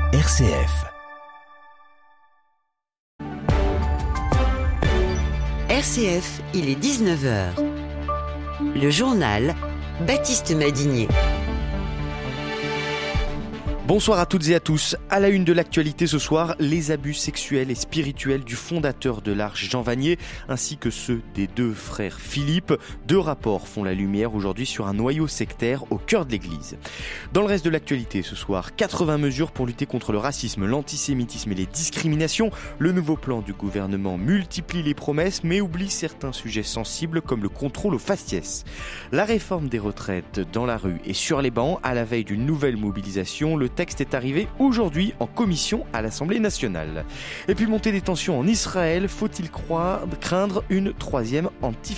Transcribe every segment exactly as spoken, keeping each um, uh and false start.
R C F. R C F, il est dix-neuf heures. Le journal Baptiste Madinier. Bonsoir à toutes et à tous. À la une de l'actualité ce soir, les abus sexuels et spirituels du fondateur de l'Arche Jean Vanier, ainsi que ceux des deux frères Philippe. Deux rapports font la lumière aujourd'hui sur un noyau sectaire au cœur de l'église. Dans le reste de l'actualité ce soir, quatre-vingts mesures pour lutter contre le racisme, l'antisémitisme et les discriminations. Le nouveau plan du gouvernement multiplie les promesses, mais oublie certains sujets sensibles comme le contrôle aux faciès. La réforme des retraites dans la rue et sur les bancs, à la veille d'une nouvelle mobilisation, le Le texte est arrivé aujourd'hui en commission à l'Assemblée nationale. Et puis montée des tensions en Israël, faut-il croire, craindre une troisième intifada ?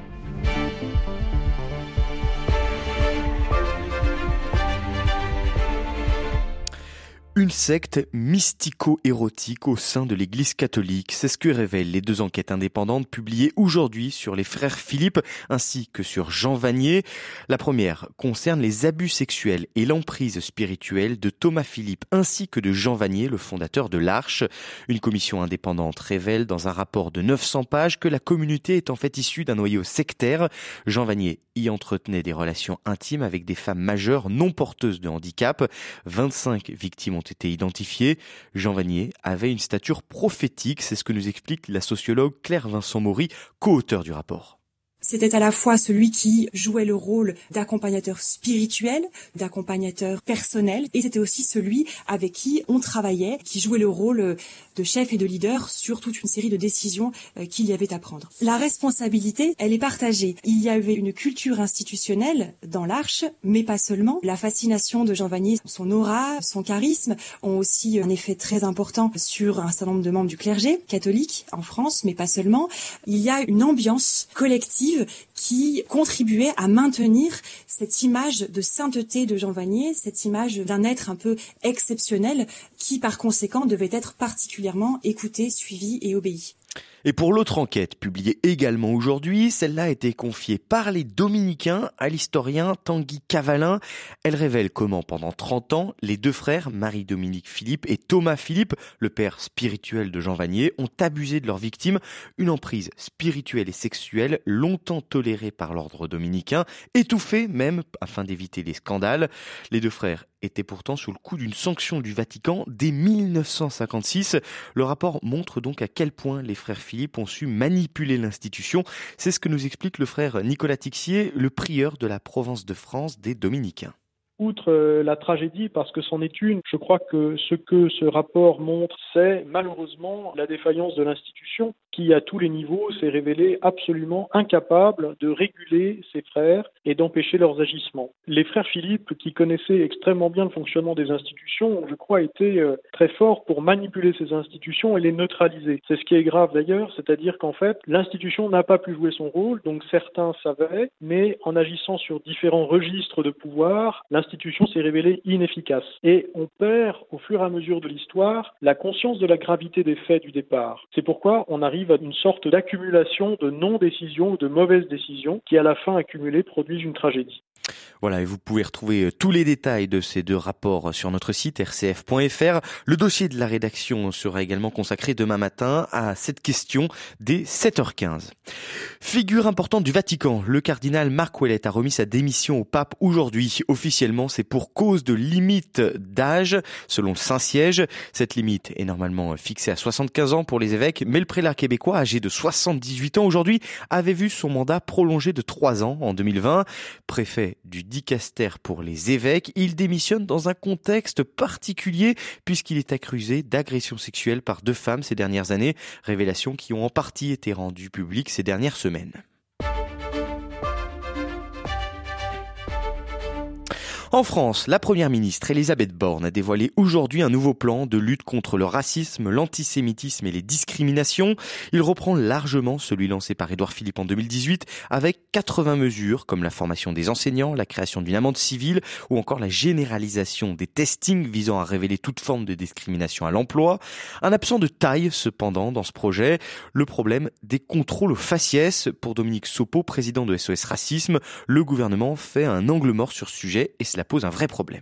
Une secte mystico-érotique au sein de l'Église catholique. C'est ce que révèlent les deux enquêtes indépendantes publiées aujourd'hui sur les frères Philippe ainsi que sur Jean Vanier. La première concerne les abus sexuels et l'emprise spirituelle de Thomas Philippe ainsi que de Jean Vanier, le fondateur de l'Arche. Une commission indépendante révèle dans un rapport de neuf cents pages que la communauté est en fait issue d'un noyau sectaire. Jean Vanier y entretenait des relations intimes avec des femmes majeures non porteuses de handicap. vingt-cinq victimes ont été identifiées. Jean Vanier avait une stature prophétique, c'est ce que nous explique la sociologue Claire Vincent Maury, co-auteur du rapport. C'était à la fois celui qui jouait le rôle d'accompagnateur spirituel, d'accompagnateur personnel, et c'était aussi celui avec qui on travaillait, qui jouait le rôle de chef et de leader sur toute une série de décisions qu'il y avait à prendre. La responsabilité, elle est partagée. Il y avait une culture institutionnelle dans l'Arche, mais pas seulement. La fascination de Jean Vanier, son aura, son charisme ont aussi un effet très important sur un certain nombre de membres du clergé catholique en France, mais pas seulement. Il y a une ambiance collective qui contribuait à maintenir cette image de sainteté de Jean Vanier, cette image d'un être un peu exceptionnel qui, par conséquent, devait être particulièrement écouté, suivi et obéi. Et pour l'autre enquête, publiée également aujourd'hui, celle-là a été confiée par les Dominicains à l'historien Tanguy Cavallin. Elle révèle comment, pendant trente ans, les deux frères, Marie-Dominique Philippe et Thomas Philippe, le père spirituel de Jean Vanier, ont abusé de leurs victimes, une emprise spirituelle et sexuelle longtemps tolérée par l'ordre dominicain, étouffée même afin d'éviter les scandales. Les deux frères étaient pourtant sous le coup d'une sanction du Vatican dès mille neuf cent cinquante-six. Le rapport montre donc à quel point les frères Philippe ont su manipuler l'institution. C'est ce que nous explique le frère Nicolas Tixier, le prieur de la Provence de France des Dominicains. Outre la tragédie, parce que c'en est une, je crois que ce que ce rapport montre, c'est malheureusement la défaillance de l'institution qui, à tous les niveaux, s'est révélée absolument incapable de réguler ses frères et d'empêcher leurs agissements. Les frères Philippe, qui connaissaient extrêmement bien le fonctionnement des institutions, je crois, étaient très forts pour manipuler ces institutions et les neutraliser. C'est ce qui est grave d'ailleurs, c'est-à-dire qu'en fait, l'institution n'a pas pu jouer son rôle, donc certains savaient, mais en agissant sur différents registres de pouvoir, l'institution L'institution s'est révélée inefficace. Et on perd, au fur et à mesure de l'histoire, la conscience de la gravité des faits du départ. C'est pourquoi on arrive à une sorte d'accumulation de non-décisions ou de mauvaises décisions qui, à la fin accumulées, produisent une tragédie. Voilà, et vous pouvez retrouver tous les détails de ces deux rapports sur notre site r c f point f r. Le dossier de la rédaction sera également consacré demain matin à cette question dès sept heures quinze. Figure importante du Vatican, le cardinal Marc Ouellet a remis sa démission au pape aujourd'hui. Officiellement, c'est pour cause de limite d'âge, selon le Saint-Siège. Cette limite est normalement fixée à soixante-quinze ans pour les évêques, mais le prélat québécois, âgé de soixante-dix-huit ans aujourd'hui, avait vu son mandat prolongé de trois ans en deux mille vingt. Préfet du dicaster pour les évêques, il démissionne dans un contexte particulier puisqu'il est accusé d'agression sexuelle par deux femmes ces dernières années, révélations qui ont en partie été rendues publiques ces dernières semaines. En France, la première ministre Elisabeth Borne a dévoilé aujourd'hui un nouveau plan de lutte contre le racisme, l'antisémitisme et les discriminations. Il reprend largement celui lancé par Édouard Philippe en deux mille dix-huit avec quatre-vingts mesures comme la formation des enseignants, la création d'une amende civile ou encore la généralisation des testings visant à révéler toute forme de discrimination à l'emploi. Un absent de taille cependant dans ce projet, le problème des contrôles aux faciès. Pour Dominique Sopo, président de S O S Racisme, le gouvernement fait un angle mort sur ce sujet et cela pose un vrai problème.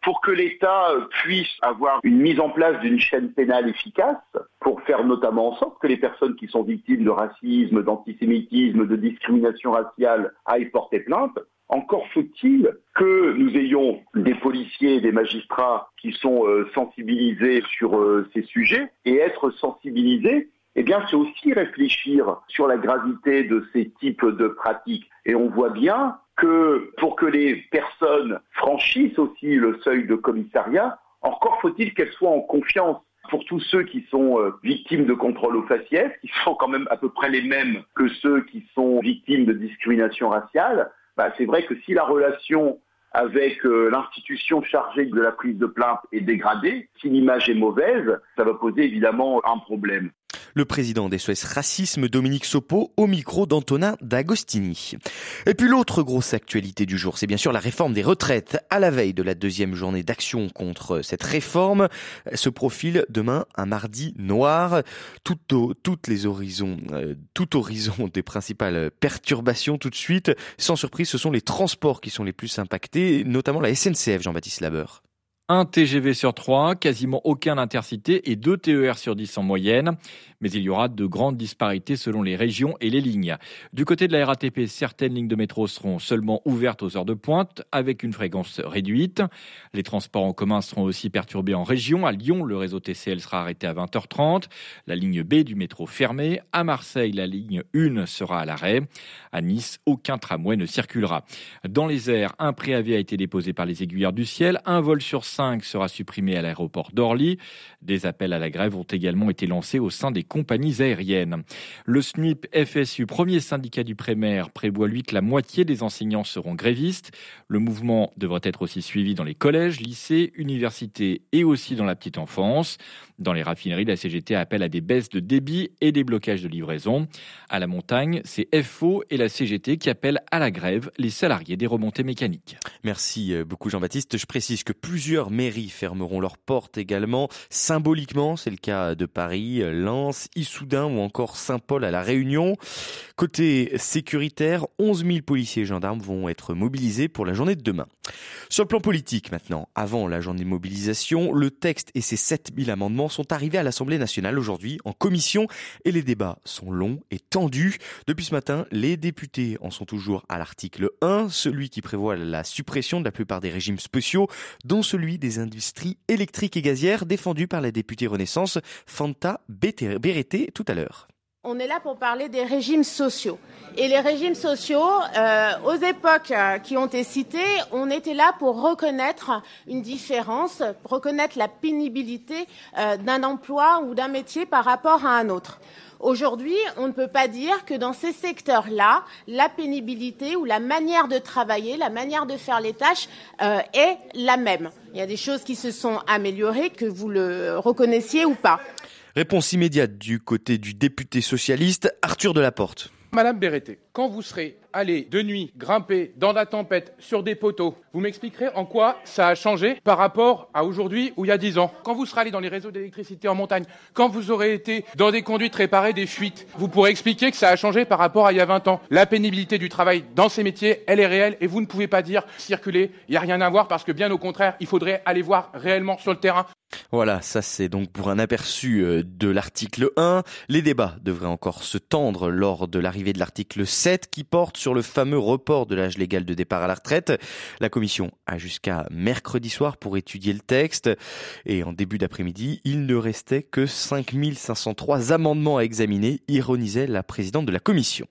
pour que l'État puisse avoir une mise en place d'une chaîne pénale efficace, pour faire notamment en sorte que les personnes qui sont victimes de racisme, d'antisémitisme, de discrimination raciale aillent porter plainte. Encore faut-il que nous ayons des policiers et des magistrats qui sont euh, sensibilisés sur euh, ces sujets. Et être sensibilisés, eh bien, c'est aussi réfléchir sur la gravité de ces types de pratiques. Et on voit bien que pour que les personnes franchissent aussi le seuil de commissariat, encore faut-il qu'elles soient en confiance. Pour tous ceux qui sont euh, victimes de contrôle au faciès, qui sont quand même à peu près les mêmes que ceux qui sont victimes de discrimination raciale, bah, c'est vrai que si la relation avec euh, l'institution chargée de la prise de plainte est dégradée, si l'image est mauvaise, ça va poser évidemment un problème. Le président d'S O S Racisme, Dominique Sopo, au micro d'Antonin D'Agostini. Et puis l'autre grosse actualité du jour, c'est bien sûr la réforme des retraites. À la veille de la deuxième journée d'action contre cette réforme, se profile demain un mardi noir. Tout au, toutes les horizons, euh, tout horizon des principales perturbations tout de suite. Sans surprise, ce sont les transports qui sont les plus impactés, notamment la S N C F, Jean-Baptiste Labeur. Un T G V sur trois, quasiment aucun intercité et deux T E R sur dix en moyenne. Mais il y aura de grandes disparités selon les régions et les lignes. Du côté de la R A T P, certaines lignes de métro seront seulement ouvertes aux heures de pointe avec une fréquence réduite. Les transports en commun seront aussi perturbés en région. À Lyon, le réseau T C L sera arrêté à vingt heures trente. La ligne B du métro fermée. À Marseille, la ligne un sera à l'arrêt. À Nice, aucun tramway ne circulera. Dans les airs, un préavis a été déposé par les aiguilleurs du ciel. Un vol sur cinq sera supprimé à l'aéroport d'Orly. Des appels à la grève ont également été lancés au sein des compagnies aériennes. Le S N U I P F S U, premier syndicat du primaire, prévoit lui que la moitié des enseignants seront grévistes. Le mouvement devrait être aussi suivi dans les collèges, lycées, universités et aussi dans la petite enfance. Dans les raffineries, la C G T appelle à des baisses de débit et des blocages de livraison. À la montagne, c'est F O et la C G T qui appellent à la grève les salariés des remontées mécaniques. Merci beaucoup Jean-Baptiste. Je précise que plusieurs mairies fermeront leurs portes également. Symboliquement, c'est le cas de Paris, Lens, Issoudun ou encore Saint-Paul à La Réunion. Côté sécuritaire, onze mille policiers et gendarmes vont être mobilisés pour la journée de demain. Sur le plan politique maintenant, avant la journée de mobilisation, le texte et ses sept mille amendements sont arrivés à l'Assemblée nationale aujourd'hui en commission et les débats sont longs et tendus. Depuis ce matin, les députés en sont toujours à l'article un, celui qui prévoit la suppression de la plupart des régimes spéciaux, dont celui des industries électriques et gazières défendu par la députée Renaissance Fanta Berete tout à l'heure. On est là pour parler des régimes sociaux. Et les régimes sociaux, euh, aux époques euh, qui ont été citées, on était là pour reconnaître une différence, reconnaître la pénibilité euh, d'un emploi ou d'un métier par rapport à un autre. Aujourd'hui, on ne peut pas dire que dans ces secteurs-là, la pénibilité ou la manière de travailler, la manière de faire les tâches euh, est la même. Il y a des choses qui se sont améliorées, que vous le reconnaissiez ou pas. Réponse immédiate du côté du député socialiste, Arthur Delaporte. Madame Berete, quand vous serez allée de nuit grimper dans la tempête sur des poteaux, vous m'expliquerez en quoi ça a changé par rapport à aujourd'hui ou il y a dix ans. Quand vous serez allé dans les réseaux d'électricité en montagne, quand vous aurez été dans des conduites réparer des fuites, vous pourrez expliquer que ça a changé par rapport à il y a vingt ans. La pénibilité du travail dans ces métiers, elle est réelle et vous ne pouvez pas dire circuler, il n'y a rien à voir parce que bien au contraire, il faudrait aller voir réellement sur le terrain. Voilà, ça c'est donc pour un aperçu de l'article un. Les débats devraient encore se tendre lors de l'arrivée de l'article sept qui porte sur le fameux report de l'âge légal de départ à la retraite. La commission a jusqu'à mercredi soir pour étudier le texte et en début d'après-midi, il ne restait que cinq mille cinq cent trois amendements à examiner, ironisait la présidente de la commission.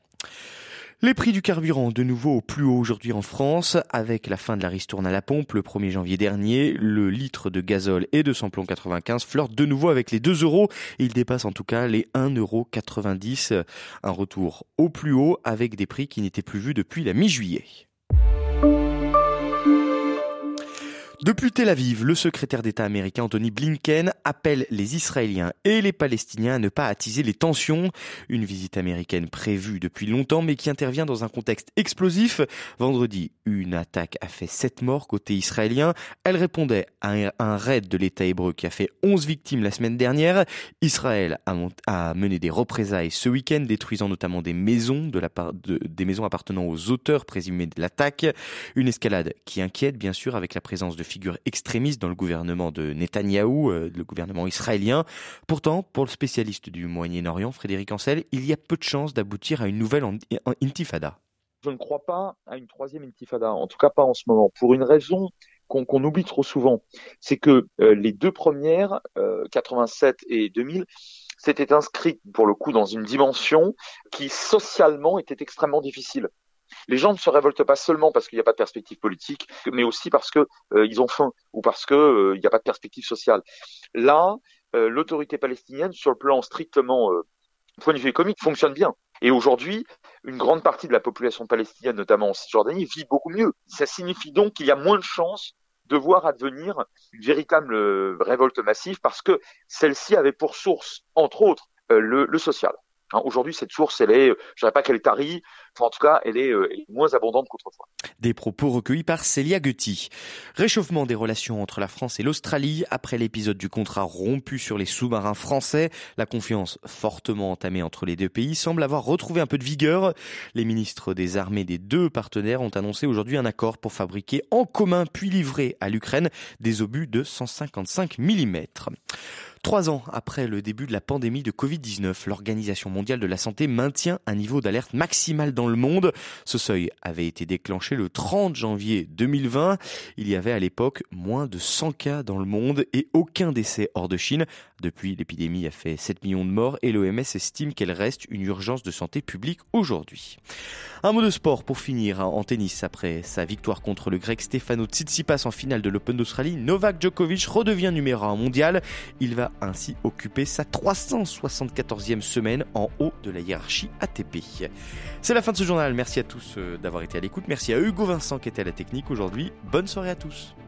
Les prix du carburant de nouveau au plus haut aujourd'hui en France. Avec la fin de la ristourne à la pompe le premier janvier dernier, le litre de gazole et de samplon quatre-vingt-quinze flirte de nouveau avec les deux euros. Il dépasse en tout cas les un euro quatre-vingt-dix. Un retour au plus haut avec des prix qui n'étaient plus vus depuis la mi-juillet. Depuis Tel Aviv, le secrétaire d'État américain Anthony Blinken appelle les Israéliens et les Palestiniens à ne pas attiser les tensions. Une visite américaine prévue depuis longtemps mais qui intervient dans un contexte explosif. Vendredi, une attaque a fait sept morts côté israélien. Elle répondait à un raid de l'État hébreu qui a fait onze victimes la semaine dernière. Israël a, mont- a mené des représailles ce week-end, détruisant notamment des maisons, de la part de, des maisons appartenant aux auteurs présumés de l'attaque. Une escalade qui inquiète bien sûr avec la présence de figure extrémiste dans le gouvernement de Netanyahou, le gouvernement israélien. Pourtant, pour le spécialiste du Moyen-Orient, Frédéric Ancel, il y a peu de chances d'aboutir à une nouvelle intifada. Je ne crois pas à une troisième intifada, en tout cas pas en ce moment, pour une raison qu'on, qu'on oublie trop souvent. C'est que euh, les deux premières, euh, quatre-vingt-sept et deux mille, s'étaient inscrites pour le coup dans une dimension qui socialement était extrêmement difficile. Les gens ne se révoltent pas seulement parce qu'il n'y a pas de perspective politique, mais aussi parce que euh, ils ont faim ou parce que euh, il n'y a pas de perspective sociale. Là, euh, l'autorité palestinienne, sur le plan strictement euh, point de vue économique, fonctionne bien. Et aujourd'hui, une grande partie de la population palestinienne, notamment en Cisjordanie, vit beaucoup mieux. Ça signifie donc qu'il y a moins de chances de voir advenir une véritable euh, révolte massive parce que celle-ci avait pour source, entre autres, euh, le, le social. Hein, aujourd'hui, cette source, elle est, je ne dirais pas qu'elle est tarie, enfin, en tout cas, elle est, euh, elle est moins abondante qu'autrefois. Des propos recueillis par Célia Gutti. Réchauffement des relations entre la France et l'Australie après l'épisode du contrat rompu sur les sous-marins français. La confiance fortement entamée entre les deux pays semble avoir retrouvé un peu de vigueur. Les ministres des armées des deux partenaires ont annoncé aujourd'hui un accord pour fabriquer en commun puis livrer à l'Ukraine des obus de cent cinquante-cinq millimètres. Trois ans après le début de la pandémie de covid dix-neuf, l'Organisation mondiale de la santé maintient un niveau d'alerte maximal dans le monde. Ce seuil avait été déclenché le trente janvier deux mille vingt. Il y avait à l'époque moins de cent cas dans le monde et aucun décès hors de Chine. Depuis, l'épidémie a fait sept millions de morts et l'O M S estime qu'elle reste une urgence de santé publique aujourd'hui. Un mot de sport pour finir en tennis. Après sa victoire contre le Grec Stefano Tsitsipas en finale de l'Open d'Australie, Novak Djokovic redevient numéro un mondial. Il va ainsi occuper sa trois cent soixante-quatorzième semaine en haut de la hiérarchie A T P. C'est la fin de ce journal. Merci à tous d'avoir été à l'écoute. Merci à Hugo Vincent qui était à la technique aujourd'hui. Bonne soirée à tous.